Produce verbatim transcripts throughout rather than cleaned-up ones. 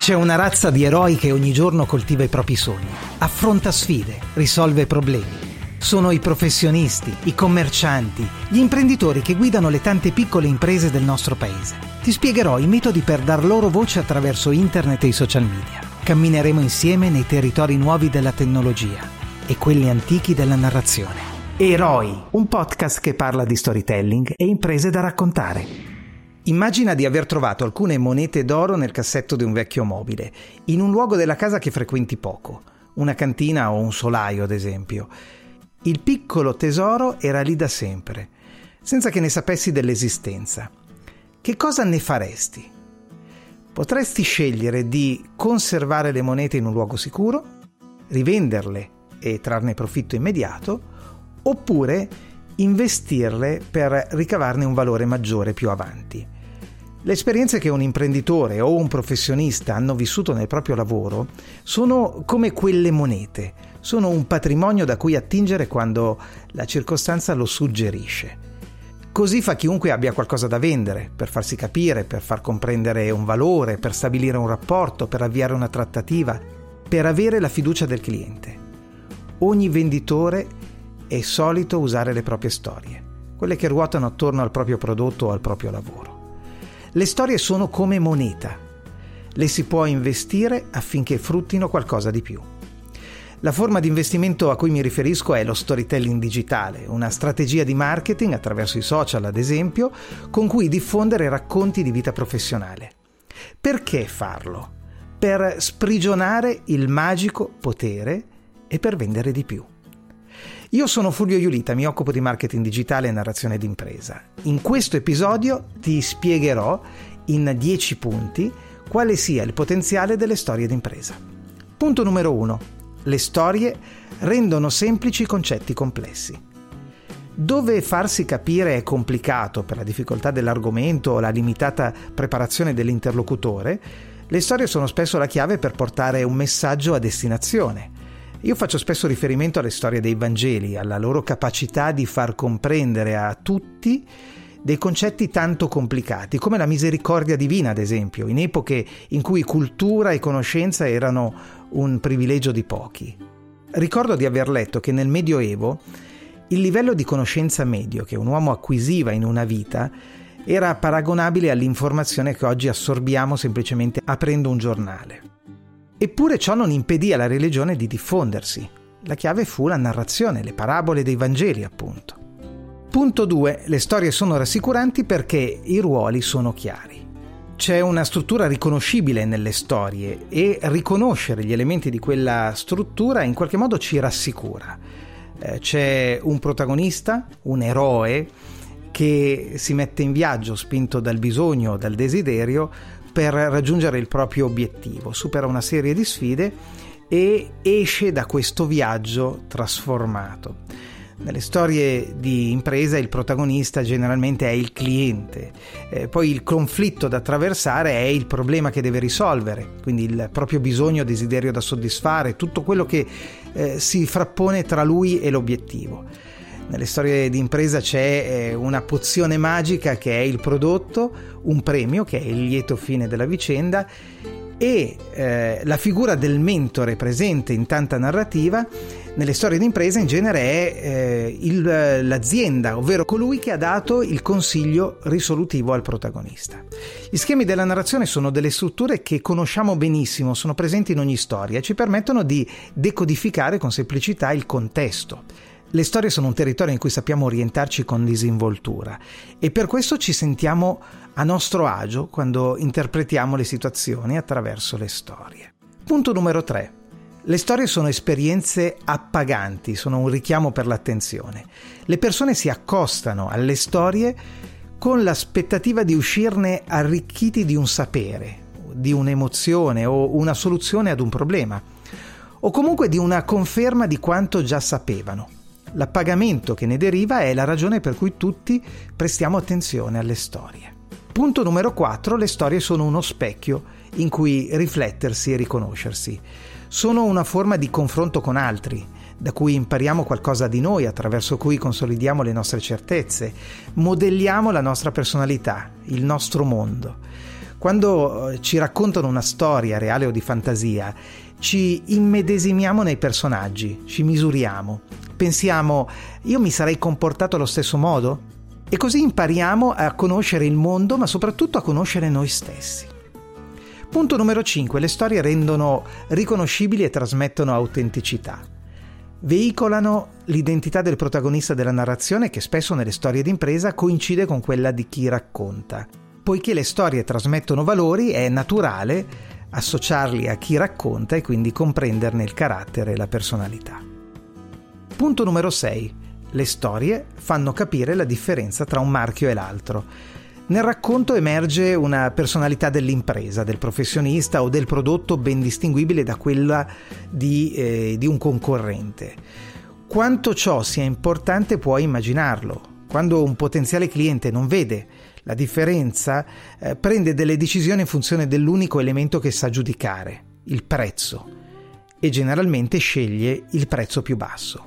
C'è una razza di eroi che ogni giorno coltiva i propri sogni, affronta sfide, risolve problemi. Sono i professionisti, i commercianti, gli imprenditori che guidano le tante piccole imprese del nostro paese. Ti spiegherò i metodi per dar loro voce attraverso internet e i social media. Cammineremo insieme nei territori nuovi della tecnologia e quelli antichi della narrazione. Eroi, un podcast che parla di storytelling e imprese da raccontare. Immagina di aver trovato alcune monete d'oro nel cassetto di un vecchio mobile, in un luogo della casa che frequenti poco, una cantina o un solaio ad esempio. Il piccolo tesoro era lì da sempre, senza che ne sapessi dell'esistenza. Che cosa ne faresti? Potresti scegliere di conservare le monete in un luogo sicuro, rivenderle e trarne profitto immediato, oppure investirle per ricavarne un valore maggiore più avanti. Le esperienze che un imprenditore o un professionista hanno vissuto nel proprio lavoro sono come quelle monete, sono un patrimonio da cui attingere quando la circostanza lo suggerisce. Così fa chiunque abbia qualcosa da vendere, per farsi capire, per far comprendere un valore, per stabilire un rapporto, per avviare una trattativa, per avere la fiducia del cliente. Ogni venditore è solito usare le proprie storie, quelle che ruotano attorno al proprio prodotto o al proprio lavoro. Le storie sono come moneta, le si può investire affinché fruttino qualcosa di più. La forma di investimento a cui mi riferisco è lo storytelling digitale, una strategia di marketing attraverso i social ad esempio, con cui diffondere racconti di vita professionale. Perché farlo? Per sprigionare il magico potere e per vendere di più. Io sono Fulvio Iulita, mi occupo di marketing digitale e narrazione d'impresa. In questo episodio ti spiegherò in dieci punti quale sia il potenziale delle storie d'impresa. Punto numero uno. Le storie rendono semplici concetti complessi. Dove farsi capire è complicato per la difficoltà dell'argomento o la limitata preparazione dell'interlocutore, le storie sono spesso la chiave per portare un messaggio a destinazione. Io faccio spesso riferimento alle storie dei Vangeli, alla loro capacità di far comprendere a tutti dei concetti tanto complicati, come la misericordia divina, ad esempio, in epoche in cui cultura e conoscenza erano un privilegio di pochi. Ricordo di aver letto che nel Medioevo il livello di conoscenza medio che un uomo acquisiva in una vita era paragonabile all'informazione che oggi assorbiamo semplicemente aprendo un giornale. Eppure ciò non impedì alla religione di diffondersi. La chiave fu la narrazione, le parabole dei Vangeli, appunto. Punto due. Le storie sono rassicuranti perché i ruoli sono chiari. C'è una struttura riconoscibile nelle storie e riconoscere gli elementi di quella struttura in qualche modo ci rassicura. Eh, c'è un protagonista, un eroe, che si mette in viaggio spinto dal bisogno, dal desiderio, per raggiungere il proprio obiettivo, supera una serie di sfide e esce da questo viaggio trasformato. Nelle storie di impresa il protagonista generalmente è il cliente, eh, poi il conflitto da attraversare è il problema che deve risolvere, quindi il proprio bisogno, desiderio da soddisfare, tutto quello che eh, si frappone tra lui e l'obiettivo. Nelle storie di impresa c'è una pozione magica che è il prodotto, un premio che è il lieto fine della vicenda e eh, la figura del mentore presente in tanta narrativa. Nelle storie di impresa in genere è eh, il, l'azienda, ovvero colui che ha dato il consiglio risolutivo al protagonista. Gli schemi della narrazione sono delle strutture che conosciamo benissimo, sono presenti in ogni storia e ci permettono di decodificare con semplicità il contesto. Le storie sono un territorio in cui sappiamo orientarci con disinvoltura e per questo ci sentiamo a nostro agio quando interpretiamo le situazioni attraverso le storie. Punto numero tre. Le storie sono esperienze appaganti, sono un richiamo per l'attenzione. Le persone si accostano alle storie con l'aspettativa di uscirne arricchiti di un sapere, di un'emozione o una soluzione ad un problema, o comunque di una conferma di quanto già sapevano. L'appagamento che ne deriva è la ragione per cui tutti prestiamo attenzione alle storie. Punto numero quattro. Le storie sono uno specchio in cui riflettersi e riconoscersi. Sono una forma di confronto con altri, da cui impariamo qualcosa di noi, attraverso cui consolidiamo le nostre certezze, modelliamo la nostra personalità, il nostro mondo. Quando ci raccontano una storia reale o di fantasia, ci immedesimiamo nei personaggi, ci misuriamo, pensiamo io mi sarei comportato allo stesso modo? E così impariamo a conoscere il mondo, ma soprattutto a conoscere noi stessi. Punto numero cinque. Le storie rendono riconoscibili e trasmettono autenticità. Veicolano l'identità del protagonista della narrazione, che spesso nelle storie d'impresa coincide con quella di chi racconta. Poiché le storie trasmettono valori, è naturale associarli a chi racconta e quindi comprenderne il carattere e la personalità. Punto numero sei. Le storie fanno capire la differenza tra un marchio e l'altro. Nel racconto emerge una personalità dell'impresa, del professionista o del prodotto ben distinguibile da quella di, eh, di un concorrente. Quanto ciò sia importante puoi immaginarlo. Quando un potenziale cliente non vede la differenza, eh, prende delle decisioni in funzione dell'unico elemento che sa giudicare, il prezzo, e generalmente sceglie il prezzo più basso.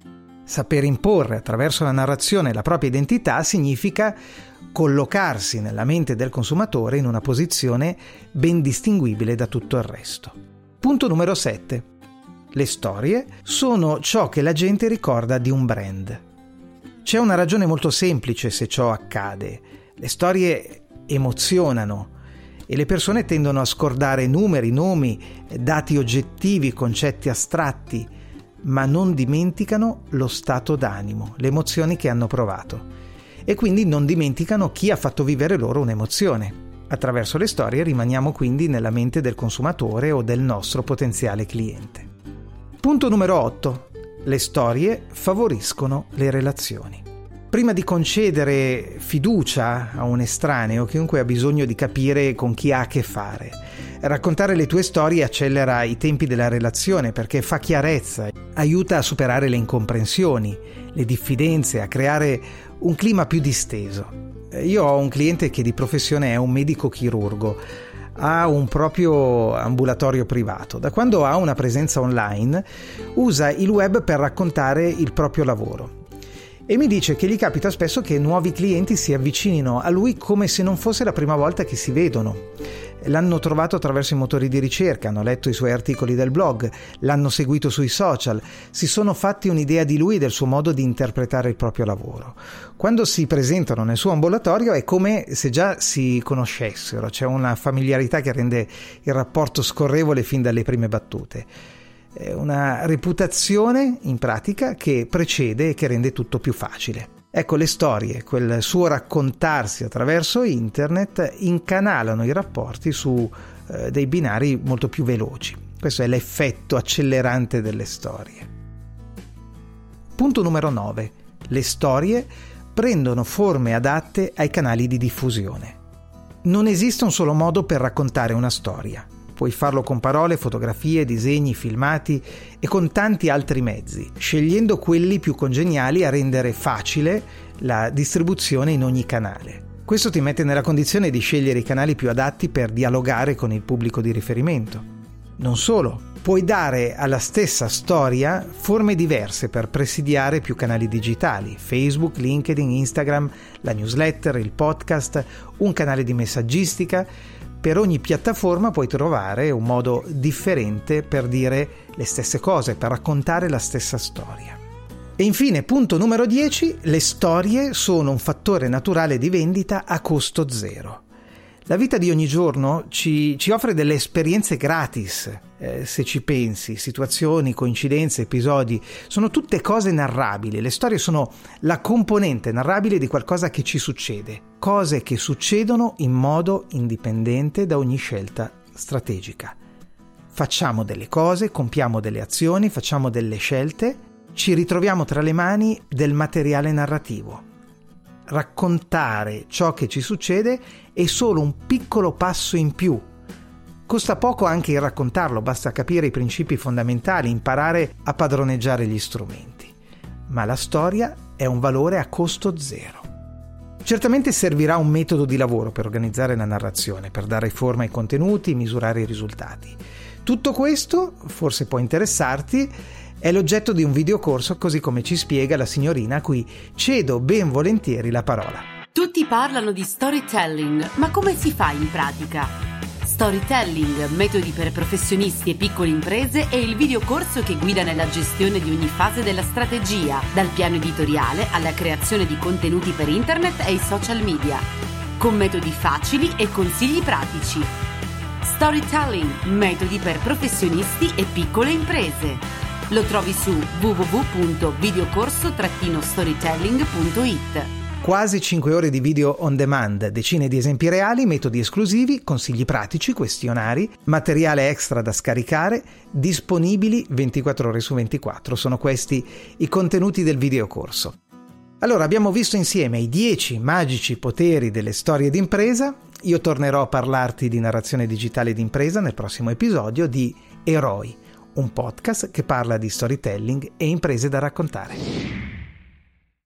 Saper imporre attraverso la narrazione la propria identità significa collocarsi nella mente del consumatore in una posizione ben distinguibile da tutto il resto. Punto numero sette. Le storie sono ciò che la gente ricorda di un brand. C'è una ragione molto semplice se ciò accade. Le storie emozionano e le persone tendono a scordare numeri, nomi, dati oggettivi, concetti astratti, ma non dimenticano lo stato d'animo, le emozioni che hanno provato. E quindi non dimenticano chi ha fatto vivere loro un'emozione. Attraverso le storie rimaniamo quindi nella mente del consumatore o del nostro potenziale cliente. Punto numero otto. Le storie favoriscono le relazioni. Prima di concedere fiducia a un estraneo, chiunque ha bisogno di capire con chi ha a che fare. Raccontare le tue storie accelera i tempi della relazione perché fa chiarezza, aiuta a superare le incomprensioni, le diffidenze, a creare un clima più disteso. Io ho un cliente che di professione è un medico chirurgo, ha un proprio ambulatorio privato. Da quando ha una presenza online, usa il web per raccontare il proprio lavoro. E mi dice che gli capita spesso che nuovi clienti si avvicinino a lui come se non fosse la prima volta che si vedono. L'hanno trovato attraverso i motori di ricerca, hanno letto i suoi articoli del blog, l'hanno seguito sui social, si sono fatti un'idea di lui e del suo modo di interpretare il proprio lavoro. Quando si presentano nel suo ambulatorio è come se già si conoscessero, c'è una familiarità che rende il rapporto scorrevole fin dalle prime battute. Una reputazione in pratica che precede e che rende tutto più facile. Ecco, le storie, quel suo raccontarsi attraverso internet incanalano i rapporti su eh, dei binari molto più veloci. Questo è l'effetto accelerante delle storie. Punto numero nove. Le storie prendono forme adatte ai canali di diffusione. Non esiste un solo modo per raccontare una storia. Puoi farlo con parole, fotografie, disegni, filmati e con tanti altri mezzi, scegliendo quelli più congeniali a rendere facile la distribuzione in ogni canale. Questo ti mette nella condizione di scegliere i canali più adatti per dialogare con il pubblico di riferimento. Non solo, puoi dare alla stessa storia forme diverse per presidiare più canali digitali: Facebook, LinkedIn, Instagram, la newsletter, il podcast, un canale di messaggistica. Per ogni piattaforma puoi trovare un modo differente per dire le stesse cose, per raccontare la stessa storia. E infine, punto numero dieci, le storie sono un fattore naturale di vendita a costo zero. La vita di ogni giorno ci, ci offre delle esperienze gratis, eh, se ci pensi, situazioni, coincidenze, episodi, sono tutte cose narrabili. Le storie sono la componente narrabile di qualcosa che ci succede, cose che succedono in modo indipendente da ogni scelta strategica. Facciamo delle cose, compiamo delle azioni, facciamo delle scelte, ci ritroviamo tra le mani del materiale narrativo. Raccontare ciò che ci succede è solo un piccolo passo in più. Costa poco anche il raccontarlo, basta capire i principi fondamentali, imparare a padroneggiare gli strumenti. Ma la storia è un valore a costo zero. Certamente servirà un metodo di lavoro per organizzare la narrazione, per dare forma ai contenuti, misurare i risultati. Tutto questo, forse può interessarti, è l'oggetto di un videocorso, così come ci spiega la signorina a cui cedo ben volentieri la parola. Tutti parlano di storytelling, ma come si fa in pratica? Storytelling, metodi per professionisti e piccole imprese è il videocorso che guida nella gestione di ogni fase della strategia, dal piano editoriale alla creazione di contenuti per internet e i social media, con metodi facili e consigli pratici. Storytelling, metodi per professionisti e piccole imprese. Lo trovi su w w w punto videocorso storytelling punto i t. Quasi cinque ore di video on demand, decine di esempi reali, metodi esclusivi, consigli pratici, questionari, materiale extra da scaricare, disponibili ventiquattro ore su ventiquattro. Sono questi i contenuti del videocorso. Allora, abbiamo visto insieme i dieci magici poteri delle storie d'impresa. Io tornerò a parlarti di narrazione digitale d'impresa nel prossimo episodio di Eroi, un podcast che parla di storytelling e imprese da raccontare.